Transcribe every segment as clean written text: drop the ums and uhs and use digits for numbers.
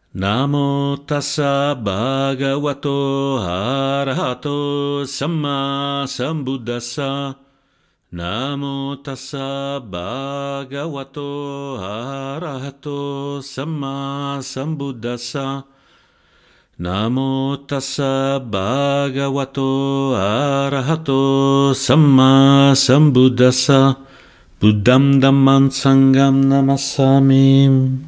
Namo tassa bhagavato arahato samma sambuddhassa. Namo tassa bhagavato arahato samma sambuddhassa. Namo tassa bhagavato arahato samma sambuddhassa. Buddham dhammam sangham namassami.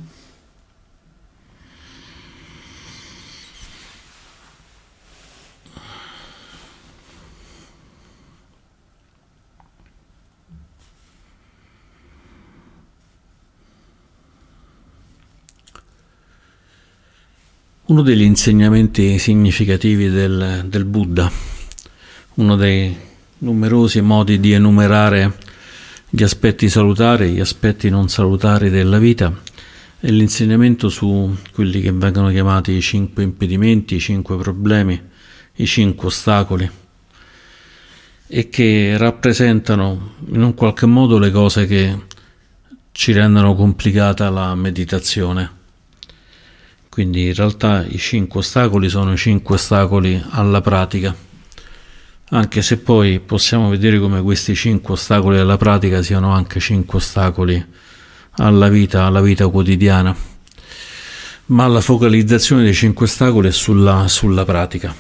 Uno degli insegnamenti significativi del Buddha, uno dei numerosi modi di enumerare gli aspetti salutari, gli aspetti non salutari della vita, è l'insegnamento su quelli che vengono chiamati i 5 impedimenti, i 5 problemi, i 5 ostacoli, e che rappresentano in un qualche modo le cose che ci rendono complicata la meditazione. Quindi in realtà i 5 ostacoli sono i 5 ostacoli alla pratica, anche se poi possiamo vedere come questi 5 ostacoli alla pratica siano anche 5 ostacoli alla vita quotidiana, ma la focalizzazione dei 5 ostacoli è sulla pratica.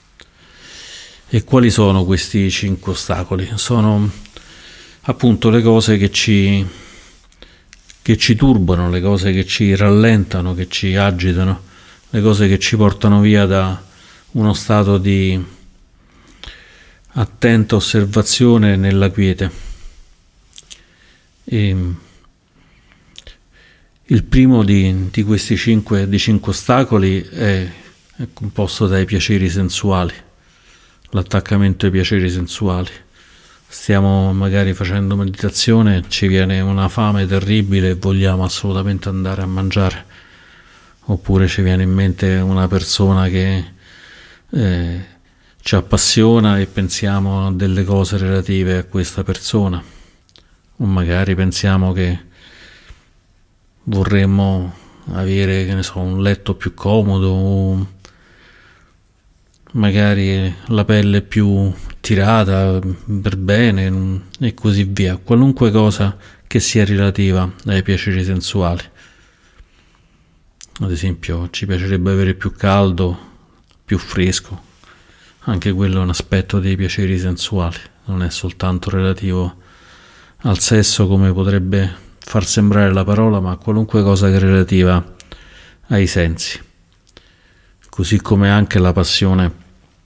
E quali sono questi 5 ostacoli? Sono appunto le cose che ci turbano, le cose che ci rallentano, che ci agitano, le cose che ci portano via da uno stato di attenta osservazione nella quiete. E il primo di questi 5 ostacoli è composto dai piaceri sensuali, l'attaccamento ai piaceri sensuali. Stiamo magari facendo meditazione, ci viene una fame terribile e vogliamo assolutamente andare a mangiare, oppure ci viene in mente una persona che ci appassiona e pensiamo a delle cose relative a questa persona, o magari pensiamo che vorremmo avere, che ne so, un letto più comodo, o magari la pelle più tirata per bene e così via, qualunque cosa che sia relativa ai piaceri sensuali. Ad esempio, ci piacerebbe avere più caldo, più fresco, anche quello è un aspetto dei piaceri sensuali, non è soltanto relativo al sesso come potrebbe far sembrare la parola, ma qualunque cosa che è relativa ai sensi, così come anche la passione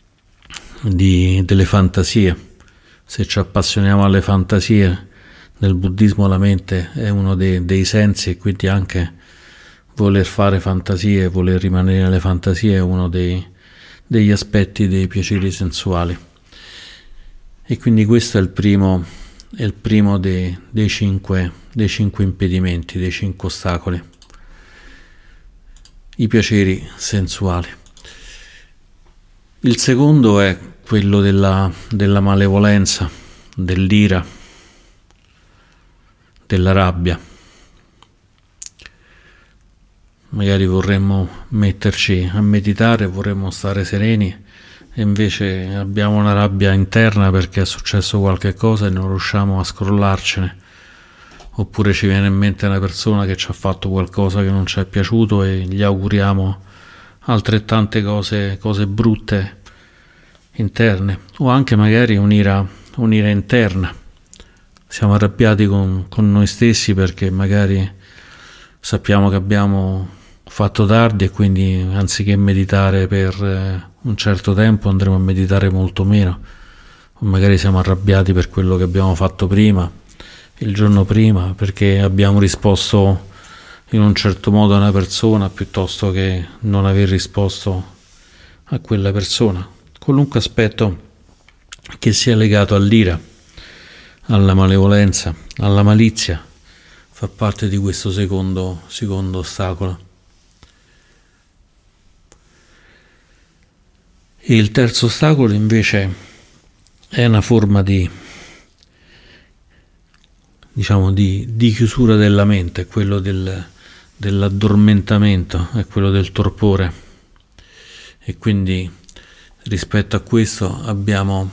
delle fantasie. Se ci appassioniamo alle fantasie, nel buddismo la mente è uno dei sensi, e quindi anche voler fare fantasie, voler rimanere nelle fantasie è uno degli aspetti dei piaceri sensuali. E quindi questo è il primo dei 5 impedimenti, dei 5 ostacoli, i piaceri sensuali. Il secondo è quello della malevolenza, dell'ira, della rabbia. Magari vorremmo metterci a meditare, vorremmo stare sereni, e invece abbiamo una rabbia interna perché è successo qualche cosa e non riusciamo a scrollarcene. Oppure ci viene in mente una persona che ci ha fatto qualcosa che non ci è piaciuto e gli auguriamo altrettante cose brutte interne, o anche magari un'ira interna. Siamo arrabbiati con noi stessi perché magari sappiamo che abbiamo fatto tardi e quindi anziché meditare per un certo tempo andremo a meditare molto meno, o magari siamo arrabbiati per quello che abbiamo fatto prima, il giorno prima, perché abbiamo risposto in un certo modo a una persona piuttosto che non aver risposto a quella persona. Qualunque aspetto che sia legato all'ira, alla malevolenza, alla malizia, fa parte di questo secondo ostacolo. E il terzo ostacolo invece è una forma di chiusura della mente, quello dell'addormentamento, è quello del torpore, e quindi rispetto a questo abbiamo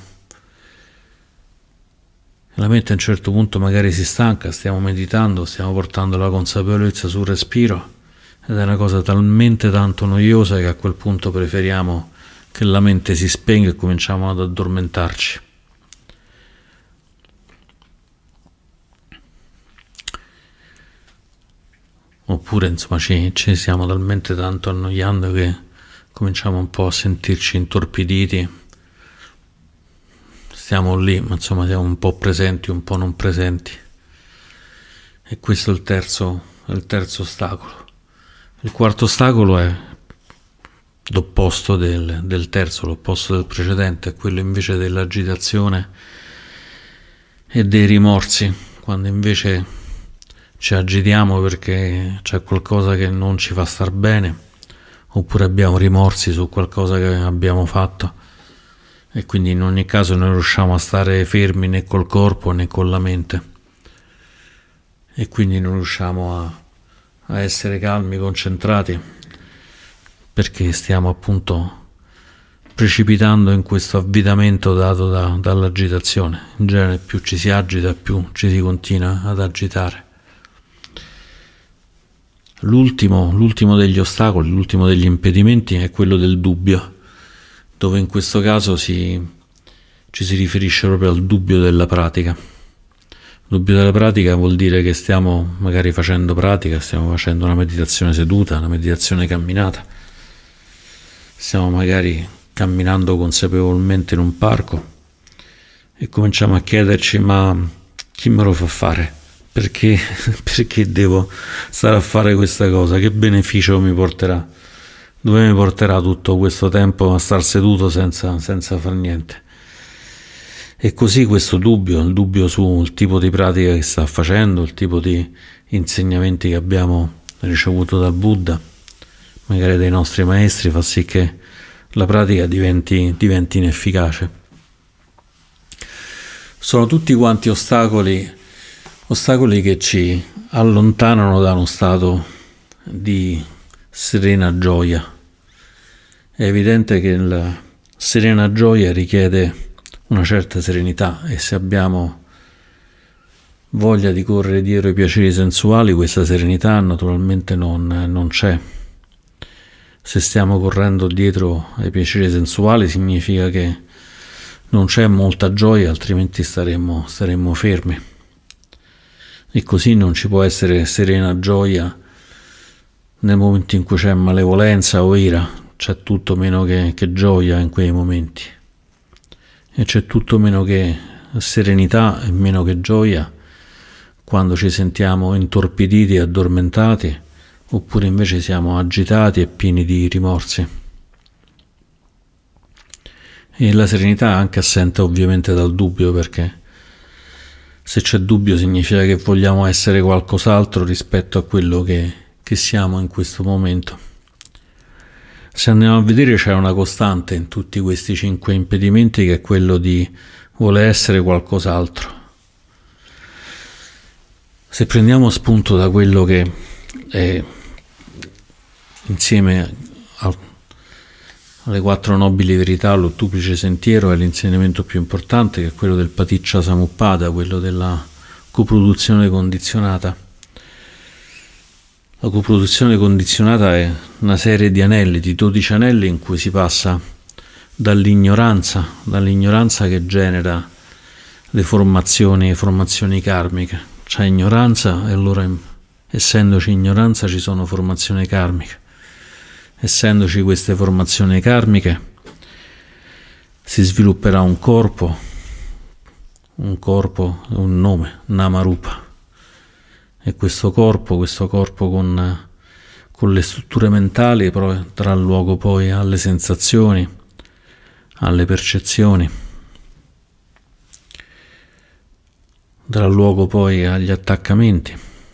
la mente a un certo punto magari si stanca, stiamo meditando, stiamo portando la consapevolezza sul respiro ed è una cosa talmente tanto noiosa che a quel punto preferiamo che la mente si spenga e cominciamo ad addormentarci. Oppure insomma ci stiamo talmente tanto annoiando che cominciamo un po' a sentirci intorpiditi, stiamo lì ma insomma siamo un po' presenti, un po' non presenti, e questo è il terzo ostacolo. Il quarto ostacolo è l'opposto del terzo, l'opposto del precedente, è quello invece dell'agitazione e dei rimorsi, quando invece ci agitiamo perché c'è qualcosa che non ci fa star bene, oppure abbiamo rimorsi su qualcosa che abbiamo fatto, e quindi in ogni caso non riusciamo a stare fermi né col corpo né con la mente, e quindi non riusciamo a essere calmi, concentrati, perché stiamo appunto precipitando in questo avvitamento dato dall'agitazione. In genere più ci si agita, più ci si continua ad agitare. L'ultimo degli ostacoli, l'ultimo degli impedimenti è quello del dubbio, dove in questo caso ci si riferisce proprio al dubbio della pratica. Il dubbio della pratica vuol dire che stiamo magari facendo pratica, stiamo facendo una meditazione seduta, una meditazione camminata, stiamo magari camminando consapevolmente in un parco e cominciamo a chiederci: ma chi me lo fa fare? Perché devo stare a fare questa cosa? Che beneficio mi porterà? Dove mi porterà tutto questo tempo a star seduto senza far niente? E così questo dubbio, il dubbio sul tipo di pratica che sta facendo, il tipo di insegnamenti che abbiamo ricevuto dal Buddha, magari dai nostri maestri, fa sì che la pratica diventi inefficace. Sono tutti quanti ostacoli che ci allontanano da uno stato di serena gioia. È evidente che la serena gioia richiede una certa serenità, e se abbiamo voglia di correre dietro ai piaceri sensuali, questa serenità naturalmente non c'è. Se stiamo correndo dietro ai piaceri sensuali significa che non c'è molta gioia, altrimenti staremmo fermi. E così non ci può essere serena gioia nel momento in cui c'è malevolenza o ira, c'è tutto meno che gioia in quei momenti, e c'è tutto meno che serenità e meno che gioia quando ci sentiamo intorpiditi e addormentati, oppure invece siamo agitati e pieni di rimorsi. E la serenità è anche assente ovviamente dal dubbio, perché se c'è dubbio significa che vogliamo essere qualcos'altro rispetto a quello che siamo in questo momento. Se andiamo a vedere, c'è una costante in tutti questi 5 impedimenti, che è quello di voler essere qualcos'altro. Se prendiamo spunto da quello che è insieme alle 4 nobili verità, l'ottuplice sentiero, è l'insegnamento più importante, che è quello del Paticca Samuppada, quello della coproduzione condizionata. La coproduzione condizionata è una serie di anelli, di 12 anelli, in cui si passa dall'ignoranza che genera le formazioni karmiche. C'è ignoranza, e allora essendoci ignoranza ci sono formazioni karmiche. Essendoci queste formazioni karmiche si svilupperà un corpo, un nome, Namarupa. E questo corpo con le strutture mentali darà luogo poi alle sensazioni, alle percezioni, darà luogo poi agli attaccamenti,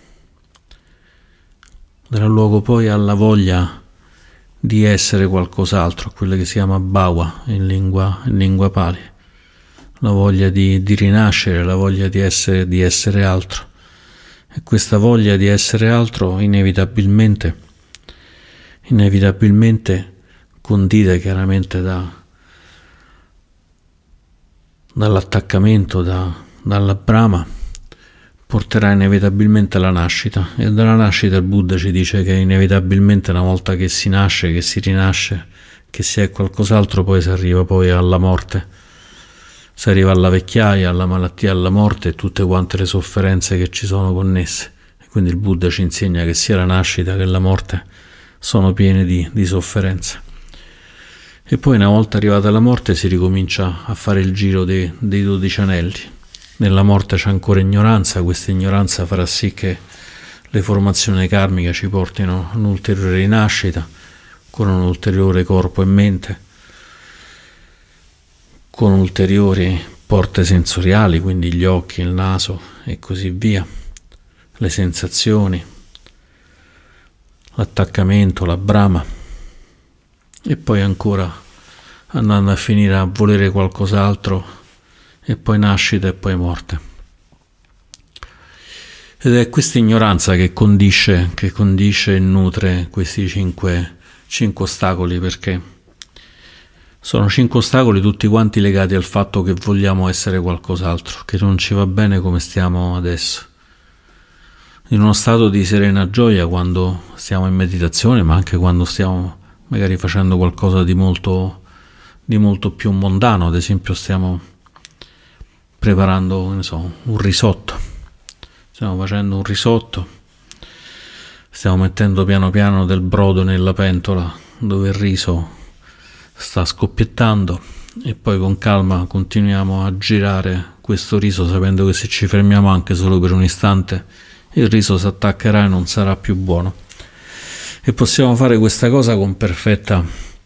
darà luogo poi alla voglia di essere qualcos'altro, quello che si chiama bhava in lingua pali, la voglia di rinascere, la voglia di essere altro. E questa voglia di essere altro inevitabilmente condita chiaramente dall'attaccamento, dalla brama, porterà inevitabilmente alla nascita. E dalla nascita il Buddha ci dice che inevitabilmente una volta che si nasce, che si rinasce, che si è qualcos'altro, poi si arriva poi alla morte, si arriva alla vecchiaia, alla malattia, alla morte e tutte quante le sofferenze che ci sono connesse. E quindi il Buddha ci insegna che sia la nascita che la morte sono piene di sofferenze. E poi una volta arrivata la morte si ricomincia a fare il giro dei 12 anelli. Nella morte c'è ancora ignoranza, questa ignoranza farà sì che le formazioni karmiche ci portino a un'ulteriore rinascita, con un ulteriore corpo e mente, con ulteriori porte sensoriali, quindi gli occhi, il naso e così via, le sensazioni, l'attaccamento, la brama, e poi ancora andando a finire a volere qualcos'altro, e poi nascita e poi morte. Ed è questa ignoranza che condisce e nutre questi cinque ostacoli, perché sono 5 ostacoli tutti quanti legati al fatto che vogliamo essere qualcos'altro, che non ci va bene come stiamo adesso. In uno stato di serena gioia quando stiamo in meditazione, ma anche quando stiamo magari facendo qualcosa di molto più mondano, ad esempio stiamo preparando, un risotto, stiamo facendo un risotto, stiamo mettendo piano piano del brodo nella pentola dove il riso sta scoppiettando, e poi con calma continuiamo a girare questo riso sapendo che se ci fermiamo anche solo per un istante il riso si attaccherà e non sarà più buono. E possiamo fare questa cosa con perfetta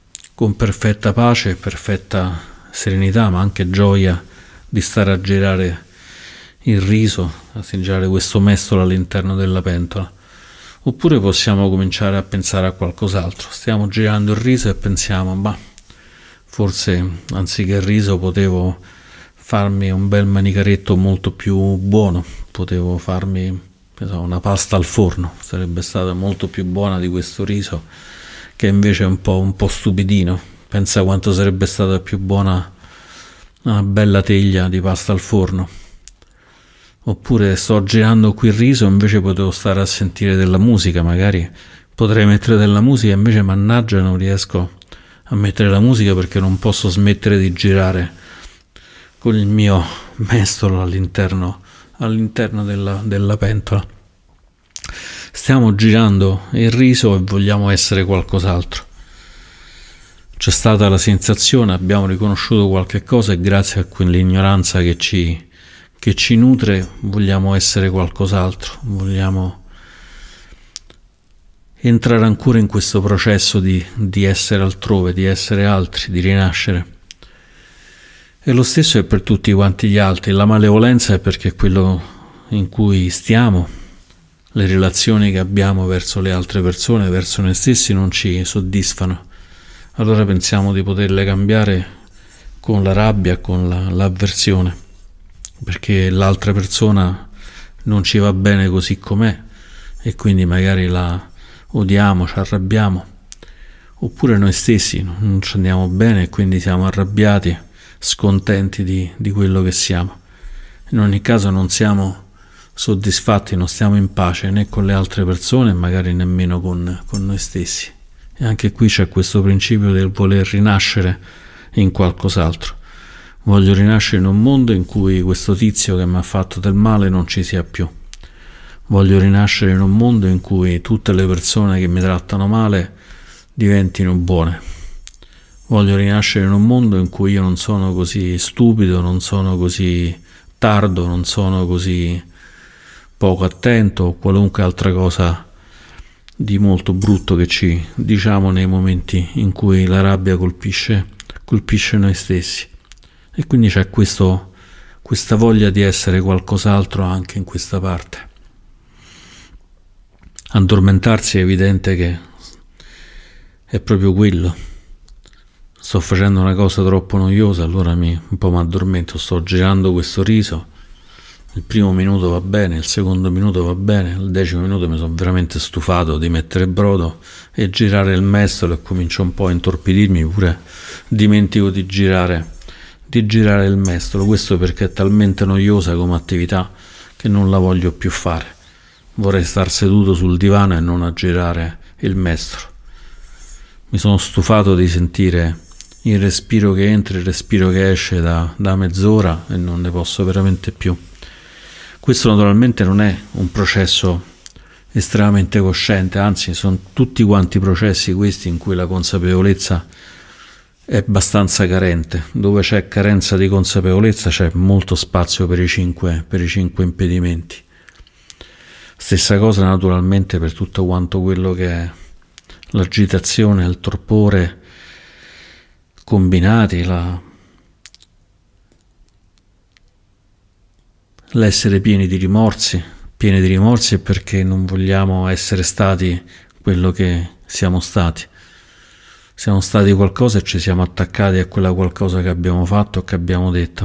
pace, perfetta serenità, ma anche gioia di stare a girare il riso, a girare questo mestolo all'interno della pentola. Oppure possiamo cominciare a pensare a qualcos'altro. Stiamo girando il riso e pensiamo, forse anziché il riso potevo farmi un bel manicaretto molto più buono, potevo farmi una pasta al forno, sarebbe stata molto più buona di questo riso che invece è un po' stupidino. Pensa quanto sarebbe stata più buona una bella teglia di pasta al forno. Oppure sto girando qui il riso, invece potevo stare a sentire della musica, magari potrei mettere della musica, invece mannaggia non riesco a mettere la musica perché non posso smettere di girare con il mio mestolo all'interno della pentola. Stiamo girando il riso e vogliamo essere qualcos'altro. C'è stata la sensazione, abbiamo riconosciuto qualche cosa e grazie a quell'ignoranza che ci nutre vogliamo essere qualcos'altro, vogliamo entrare ancora in questo processo di essere altrove, di essere altri, di rinascere. E lo stesso è per tutti quanti gli altri. La malevolenza è perché quello in cui stiamo, le relazioni che abbiamo verso le altre persone, verso noi stessi, non ci soddisfano. Allora pensiamo di poterle cambiare con la rabbia, con l'avversione, perché l'altra persona non ci va bene così com'è e quindi magari la odiamo, ci arrabbiamo. Oppure noi stessi non ci andiamo bene e quindi siamo arrabbiati, scontenti di quello che siamo. In ogni caso non siamo soddisfatti, non stiamo in pace né con le altre persone e magari nemmeno con noi stessi. E anche qui c'è questo principio del voler rinascere in qualcos'altro. Voglio rinascere in un mondo in cui questo tizio che mi ha fatto del male non ci sia più. Voglio rinascere in un mondo in cui tutte le persone che mi trattano male diventino buone. Voglio rinascere in un mondo in cui io non sono così stupido, non sono così tardo, non sono così poco attento o qualunque altra cosa di molto brutto che ci diciamo nei momenti in cui la rabbia colpisce noi stessi. E quindi c'è questa voglia di essere qualcos'altro anche in questa parte. Addormentarsi è evidente che è proprio quello. Sto facendo una cosa troppo noiosa, allora un po' mi addormento, sto girando questo riso, Il primo minuto va bene, il secondo minuto va bene, il 10° minuto mi sono veramente stufato di mettere brodo e girare il mestolo e comincio un po' a intorpidirmi, pure dimentico di girare il mestolo. Questo perché è talmente noiosa come attività che non la voglio più fare. Vorrei star seduto sul divano e non a girare il mestolo. Mi sono stufato di sentire il respiro che entra e il respiro che esce da mezz'ora e non ne posso veramente più. Questo naturalmente non è un processo estremamente cosciente, anzi sono tutti quanti processi questi in cui la consapevolezza è abbastanza carente. Dove c'è carenza di consapevolezza c'è molto spazio per i cinque impedimenti. Stessa cosa naturalmente per tutto quanto quello che è l'agitazione, il torpore combinati, l'essere pieni di rimorsi perché non vogliamo essere stati quello che siamo stati. Siamo stati qualcosa e ci siamo attaccati a quella qualcosa che abbiamo fatto o che abbiamo detto.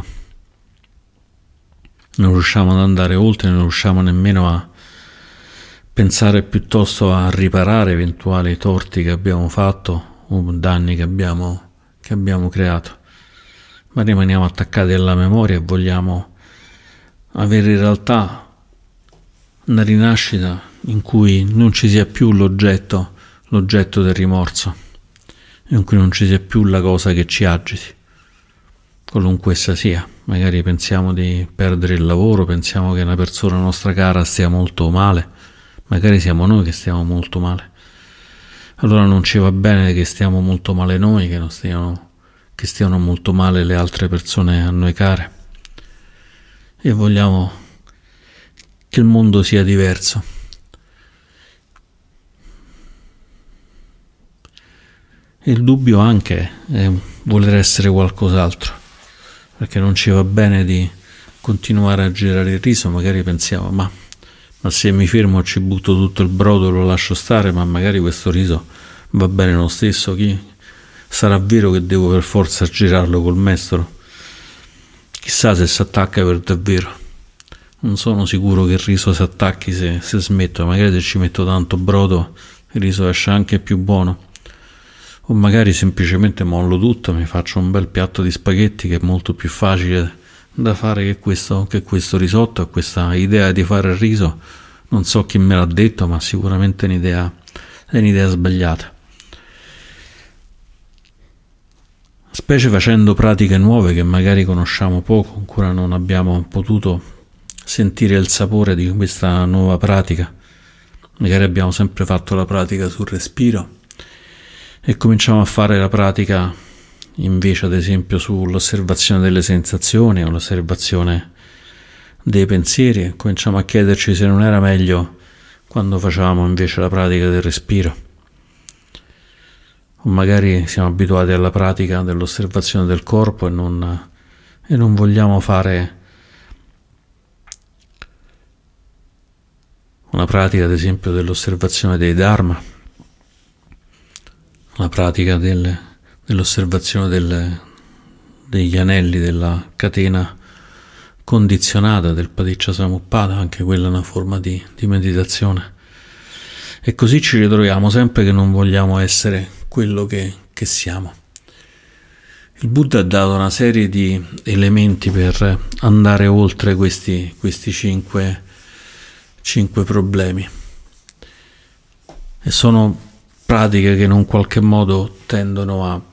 Non riusciamo ad andare oltre, non riusciamo nemmeno a pensare piuttosto a riparare eventuali torti che abbiamo fatto o danni che abbiamo creato. Ma rimaniamo attaccati alla memoria e vogliamo avere in realtà una rinascita in cui non ci sia più l'oggetto del rimorso, in cui non ci sia più la cosa che ci agiti, qualunque essa sia. Magari pensiamo di perdere il lavoro, pensiamo che una persona nostra cara stia molto male, magari siamo noi che stiamo molto male. Allora non ci va bene che stiamo molto male noi, che stiano molto male le altre persone a noi care. E vogliamo che il mondo sia diverso. E il dubbio anche è voler essere qualcos'altro, perché non ci va bene di continuare a girare il riso. Magari pensiamo, ma se mi fermo ci butto tutto il brodo e lo lascio stare, ma magari questo riso va bene lo stesso. Sarà vero che devo per forza girarlo col mestolo? Chissà se si attacca per davvero. Non sono sicuro che il riso si attacchi se smetto. Magari se ci metto tanto brodo il riso esce anche più buono. O magari semplicemente mollo tutto, mi faccio un bel piatto di spaghetti che è molto più facile da fare che questo risotto. E questa idea di fare il riso non so chi me l'ha detto, ma sicuramente è un'idea sbagliata. Specie facendo pratiche nuove che magari conosciamo poco, ancora non abbiamo potuto sentire il sapore di questa nuova pratica. Magari abbiamo sempre fatto la pratica sul respiro e cominciamo a fare la pratica invece ad esempio sull'osservazione delle sensazioni o l'osservazione dei pensieri, e cominciamo a chiederci se non era meglio quando facevamo invece la pratica del respiro. O magari siamo abituati alla pratica dell'osservazione del corpo e non vogliamo fare una pratica ad esempio dell'osservazione dei Dharma, una pratica dell'osservazione degli anelli della catena condizionata del Paticca Samuppada. Anche quella è una forma di meditazione. E così ci ritroviamo sempre che non vogliamo essere quello che siamo. Il Buddha ha dato una serie di elementi per andare oltre questi cinque problemi, e sono pratiche che in un qualche modo tendono a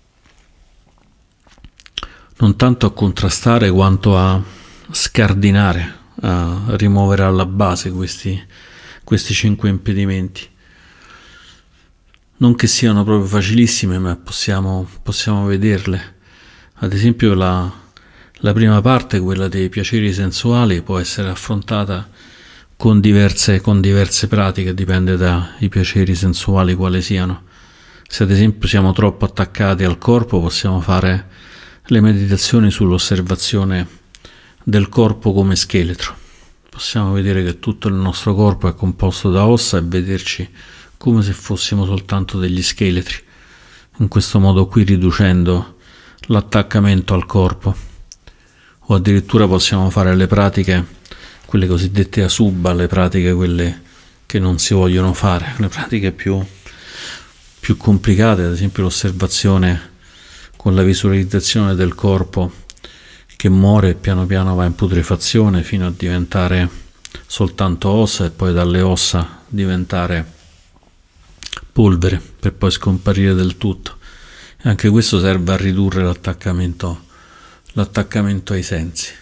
non tanto a contrastare quanto a scardinare, a rimuovere alla base questi 5 impedimenti. Non che siano proprio facilissime, ma possiamo vederle. Ad esempio la prima parte, quella dei piaceri sensuali, può essere affrontata con diverse pratiche, dipende dai piaceri sensuali quali siano. Se ad esempio siamo troppo attaccati al corpo, possiamo fare le meditazioni sull'osservazione del corpo come scheletro. Possiamo vedere che tutto il nostro corpo è composto da ossa e vederci come se fossimo soltanto degli scheletri, in questo modo qui riducendo l'attaccamento al corpo. O addirittura possiamo fare le pratiche quelle cosiddette asubba, le pratiche quelle che non si vogliono fare, le pratiche più complicate, ad esempio l'osservazione con la visualizzazione del corpo che muore e piano piano va in putrefazione fino a diventare soltanto ossa e poi dalle ossa diventare polvere per poi scomparire del tutto. E anche questo serve a ridurre l'attaccamento ai sensi.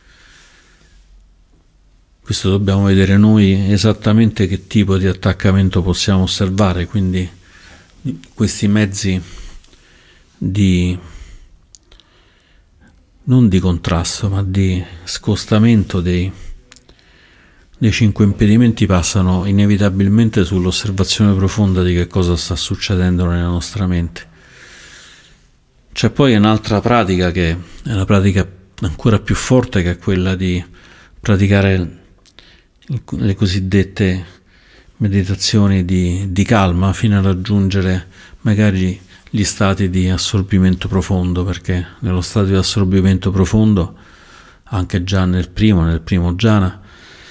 Questo dobbiamo vedere noi esattamente che tipo di attaccamento possiamo osservare, quindi questi mezzi non di contrasto, ma di scostamento dei 5 impedimenti passano inevitabilmente sull'osservazione profonda di che cosa sta succedendo nella nostra mente. C'è poi un'altra pratica che è una pratica ancora più forte, che è quella di praticare le cosiddette meditazioni di calma fino a raggiungere magari gli stati di assorbimento profondo, perché nello stato di assorbimento profondo, anche già nel primo jhana,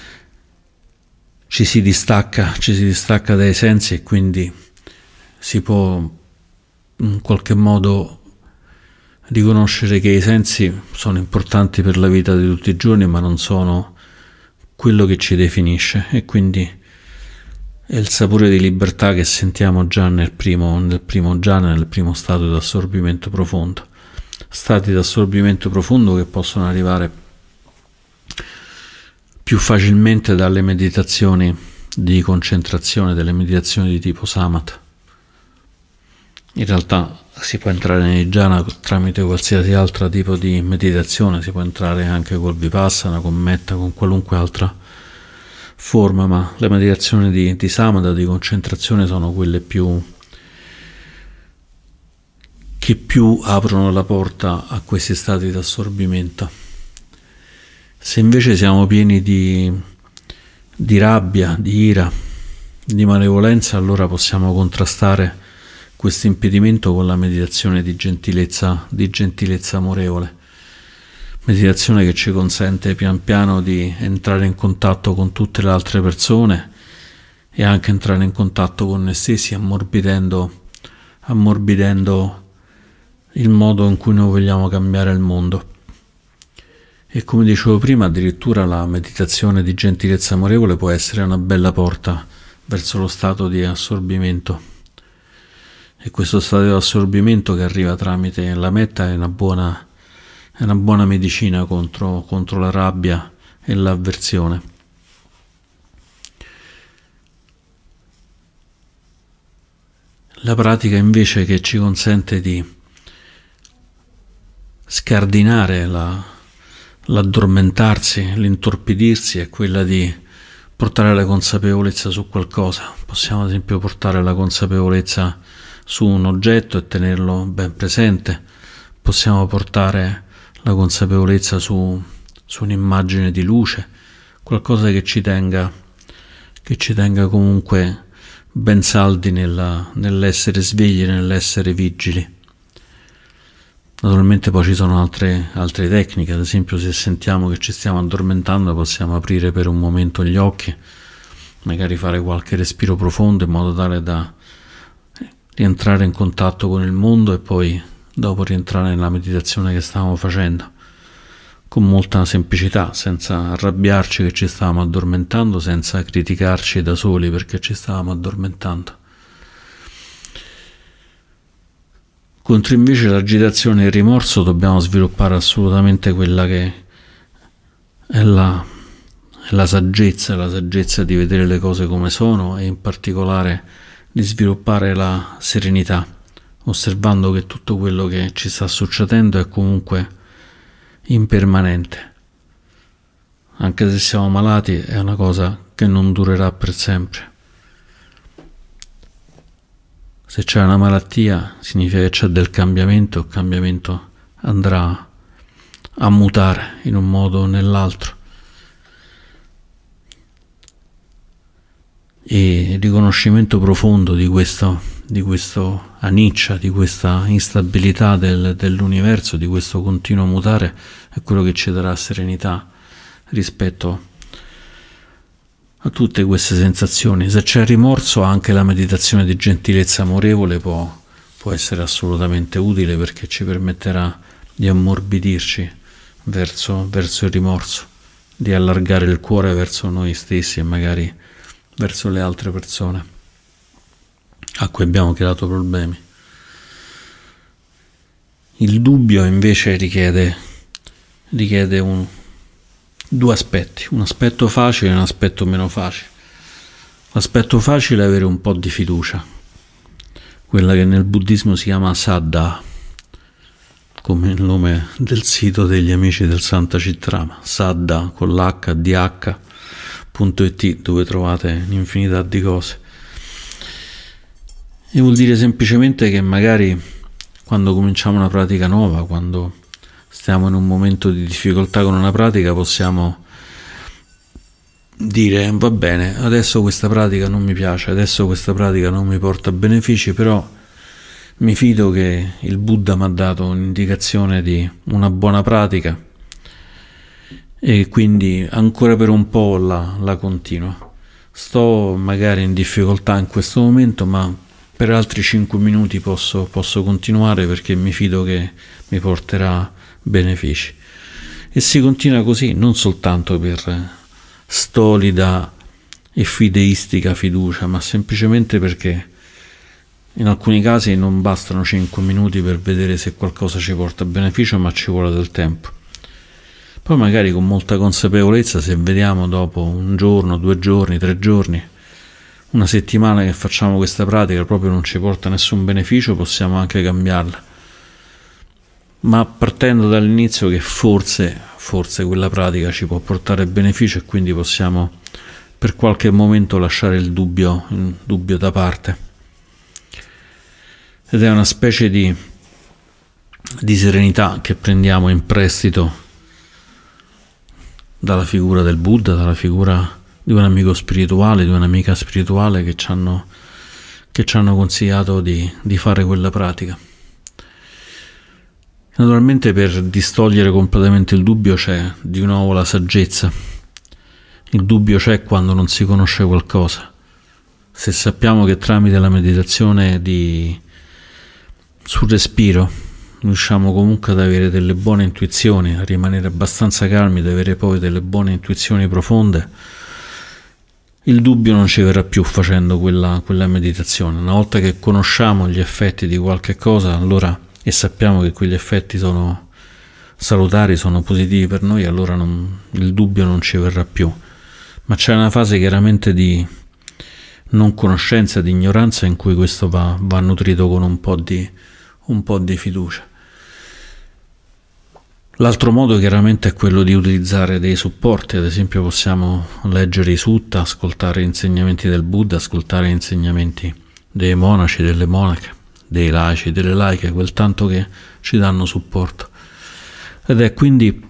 ci si distacca dai sensi e quindi si può in qualche modo riconoscere che i sensi sono importanti per la vita di tutti i giorni, ma non sono quello che ci definisce, e quindi è il sapore di libertà che sentiamo già nel primo jhana, nel primo stato di assorbimento profondo. Stati di assorbimento profondo che possono arrivare più facilmente dalle meditazioni di concentrazione, delle meditazioni di tipo samatha. In realtà si può entrare nei jhana tramite qualsiasi altro tipo di meditazione, si può entrare anche col vipassana, con metta, con qualunque altra forma, ma le meditazioni di samatha, di concentrazione, sono quelle che più aprono la porta a questi stati di assorbimento. Se invece siamo pieni di rabbia, di ira, di malevolenza, allora possiamo contrastare questo impedimento con la meditazione di gentilezza amorevole, meditazione che ci consente pian piano di entrare in contatto con tutte le altre persone e anche entrare in contatto con noi stessi, ammorbidendo il modo in cui noi vogliamo cambiare il mondo. E come dicevo prima, addirittura la meditazione di gentilezza amorevole può essere una bella porta verso lo stato di assorbimento. E questo stato di assorbimento che arriva tramite la metta è una buona medicina contro la rabbia e l'avversione. La pratica invece che ci consente di scardinare l'addormentarsi, l'intorpidirsi, è quella di portare la consapevolezza su qualcosa. Possiamo ad esempio portare la consapevolezza su un oggetto e tenerlo ben presente. Possiamo portare la consapevolezza su un'immagine di luce, qualcosa che ci tenga comunque ben saldi nell'essere svegli, nell'essere vigili. Naturalmente poi ci sono altre tecniche, ad esempio se sentiamo che ci stiamo addormentando possiamo aprire per un momento gli occhi, magari fare qualche respiro profondo in modo tale da rientrare in contatto con il mondo e poi dopo rientrare nella meditazione che stavamo facendo, con molta semplicità, senza arrabbiarci che ci stavamo addormentando, senza criticarci da soli perché ci stavamo addormentando. Contro invece l'agitazione e il rimorso dobbiamo sviluppare assolutamente quella che è la saggezza di vedere le cose come sono, e in particolare di sviluppare la serenità, osservando che tutto quello che ci sta succedendo è comunque impermanente. Anche se siamo malati, è una cosa che non durerà per sempre. Se c'è una malattia significa che c'è del cambiamento, il cambiamento andrà a mutare in un modo o nell'altro. E il riconoscimento profondo di questo anicca, di questa instabilità dell'universo, di questo continuo mutare, è quello che ci darà serenità rispetto a tutte queste sensazioni. Se c'è rimorso, anche la meditazione di gentilezza amorevole può essere assolutamente utile, perché ci permetterà di ammorbidirci verso il rimorso, di allargare il cuore verso noi stessi e magari verso le altre persone a cui abbiamo creato problemi. Il dubbio invece richiede due aspetti, un aspetto facile e un aspetto meno facile. L'aspetto facile è avere un po' di fiducia, quella che nel buddismo si chiama saddha, come il nome del sito degli amici del Santa Citrama, saddha con l'h.it, dove trovate un'infinità di cose. E vuol dire semplicemente che magari quando cominciamo una pratica nuova, quando stiamo in un momento di difficoltà con una pratica, possiamo dire: va bene, adesso questa pratica non mi piace, adesso questa pratica non mi porta benefici, però mi fido che il Buddha mi ha dato un'indicazione di una buona pratica e quindi ancora per un po' la continuo. Sto magari in difficoltà in questo momento, ma per altri 5 minuti posso continuare, perché mi fido che mi porterà benefici. E si continua così, non soltanto per stolida e fideistica fiducia, ma semplicemente perché in alcuni casi non bastano 5 minuti per vedere se qualcosa ci porta beneficio, ma ci vuole del tempo. Poi magari con molta consapevolezza, se vediamo dopo 1 giorno, 2 giorni, 3 giorni, 1 settimana che facciamo questa pratica proprio non ci porta nessun beneficio, possiamo anche cambiarla, ma partendo dall'inizio che forse quella pratica ci può portare beneficio, e quindi possiamo per qualche momento lasciare il dubbio da parte. Ed è una specie di serenità che prendiamo in prestito dalla figura del Buddha, dalla figura di un amico spirituale, di un'amica spirituale che ci hanno consigliato di fare quella pratica. Naturalmente, per distogliere completamente il dubbio c'è di nuovo la saggezza. Il dubbio c'è quando non si conosce qualcosa. Se sappiamo che tramite la meditazione sul respiro riusciamo comunque ad avere delle buone intuizioni, a rimanere abbastanza calmi, ad avere poi delle buone intuizioni profonde, il dubbio non ci verrà più facendo quella meditazione. Una volta che conosciamo gli effetti di qualche cosa, allora, e sappiamo che quegli effetti sono salutari, sono positivi per noi, allora il dubbio non ci verrà più. Ma c'è una fase chiaramente di non conoscenza, di ignoranza, in cui questo va nutrito con un po' di fiducia. L'altro modo chiaramente è quello di utilizzare dei supporti. Ad esempio possiamo leggere i sutta, ascoltare insegnamenti del Buddha, ascoltare insegnamenti dei monaci, delle monache, dei laici, delle laiche, quel tanto che ci danno supporto. Ed è quindi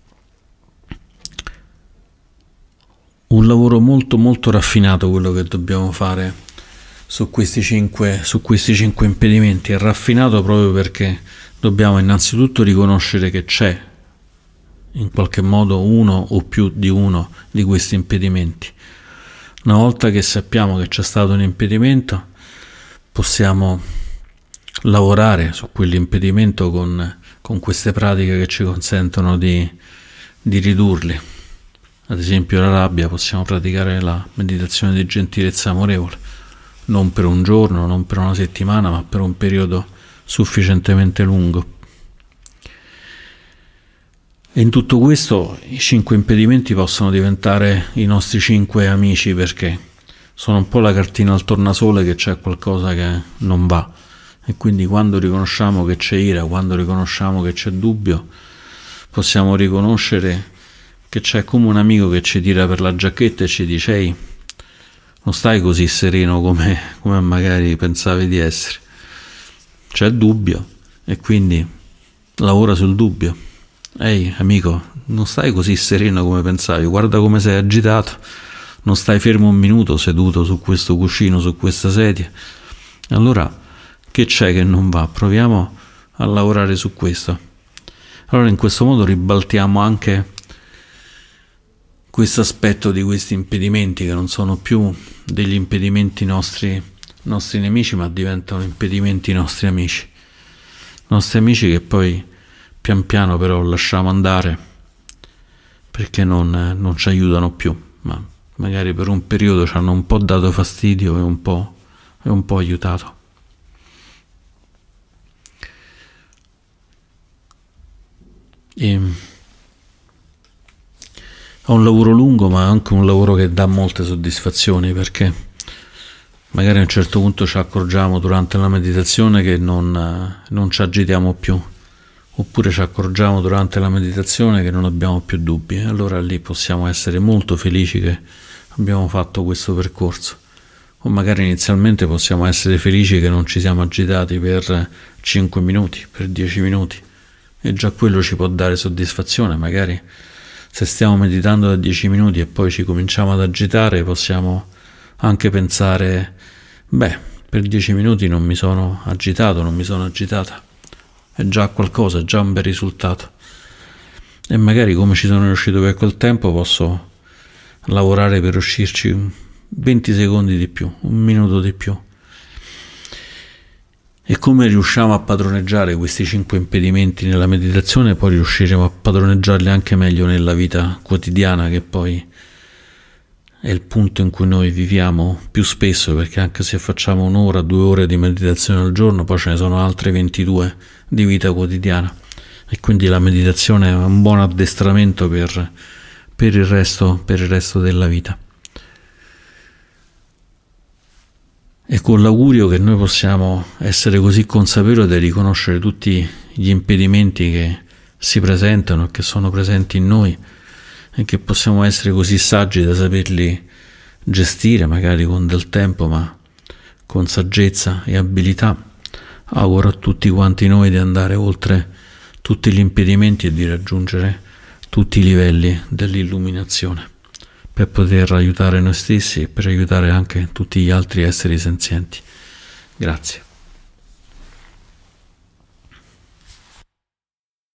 un lavoro molto molto raffinato quello che dobbiamo fare su questi 5 impedimenti. È raffinato proprio perché dobbiamo innanzitutto riconoscere che c'è in qualche modo uno o più di uno di questi impedimenti. Una volta che sappiamo che c'è stato un impedimento, possiamo lavorare su quell'impedimento con queste pratiche che ci consentono di ridurli. Ad esempio la rabbia, possiamo praticare la meditazione di gentilezza amorevole, non per 1 giorno, non per 1 settimana, ma per un periodo sufficientemente lungo. E in tutto questo i 5 impedimenti possono diventare i nostri 5 amici, perché sono un po' la cartina al tornasole che c'è qualcosa che non va, e quindi quando riconosciamo che c'è ira, quando riconosciamo che c'è dubbio, possiamo riconoscere che c'è come un amico che ci tira per la giacchetta e ci dice: ehi, non stai così sereno come magari pensavi di essere, c'è dubbio e quindi lavora sul dubbio. Ehi amico, non stai così sereno come pensavi, guarda come sei agitato, non stai fermo 1 minuto seduto su questo cuscino, su questa sedia. Allora che c'è che non va? Proviamo a lavorare su questo. Allora in questo modo ribaltiamo anche questo aspetto di questi impedimenti, che non sono più degli impedimenti nostri nemici, ma diventano impedimenti nostri amici che poi pian piano però lasciamo andare perché non ci aiutano più, ma magari per un periodo ci hanno un po' dato fastidio e un po' aiutato. Ho un lavoro lungo, ma anche un lavoro che dà molte soddisfazioni, perché magari a un certo punto ci accorgiamo durante la meditazione che non ci agitiamo più, oppure ci accorgiamo durante la meditazione che non abbiamo più dubbi, e allora lì possiamo essere molto felici che abbiamo fatto questo percorso. O magari inizialmente possiamo essere felici che non ci siamo agitati per 5 minuti, per 10 minuti, e già quello ci può dare soddisfazione. Magari se stiamo meditando da 10 minuti e poi ci cominciamo ad agitare, possiamo anche pensare: per 10 minuti non mi sono agitato, non mi sono agitata, è già qualcosa, è già un bel risultato, e magari, come ci sono riuscito per quel tempo, posso lavorare per uscirci 20 secondi di più, un minuto di più. E come riusciamo a padroneggiare questi 5 impedimenti nella meditazione, poi riusciremo a padroneggiarli anche meglio nella vita quotidiana, che poi è il punto in cui noi viviamo più spesso, perché anche se facciamo 1 ora, 2 ore di meditazione al giorno, poi ce ne sono altre 22 di vita quotidiana, e quindi la meditazione è un buon addestramento per il resto della vita. E con l'augurio che noi possiamo essere così consapevoli da riconoscere tutti gli impedimenti che si presentano e che sono presenti in noi, e che possiamo essere così saggi da saperli gestire, magari con del tempo, ma con saggezza e abilità, auguro a tutti quanti noi di andare oltre tutti gli impedimenti e di raggiungere tutti i livelli dell'illuminazione, per poter aiutare noi stessi e per aiutare anche tutti gli altri esseri senzienti. Grazie.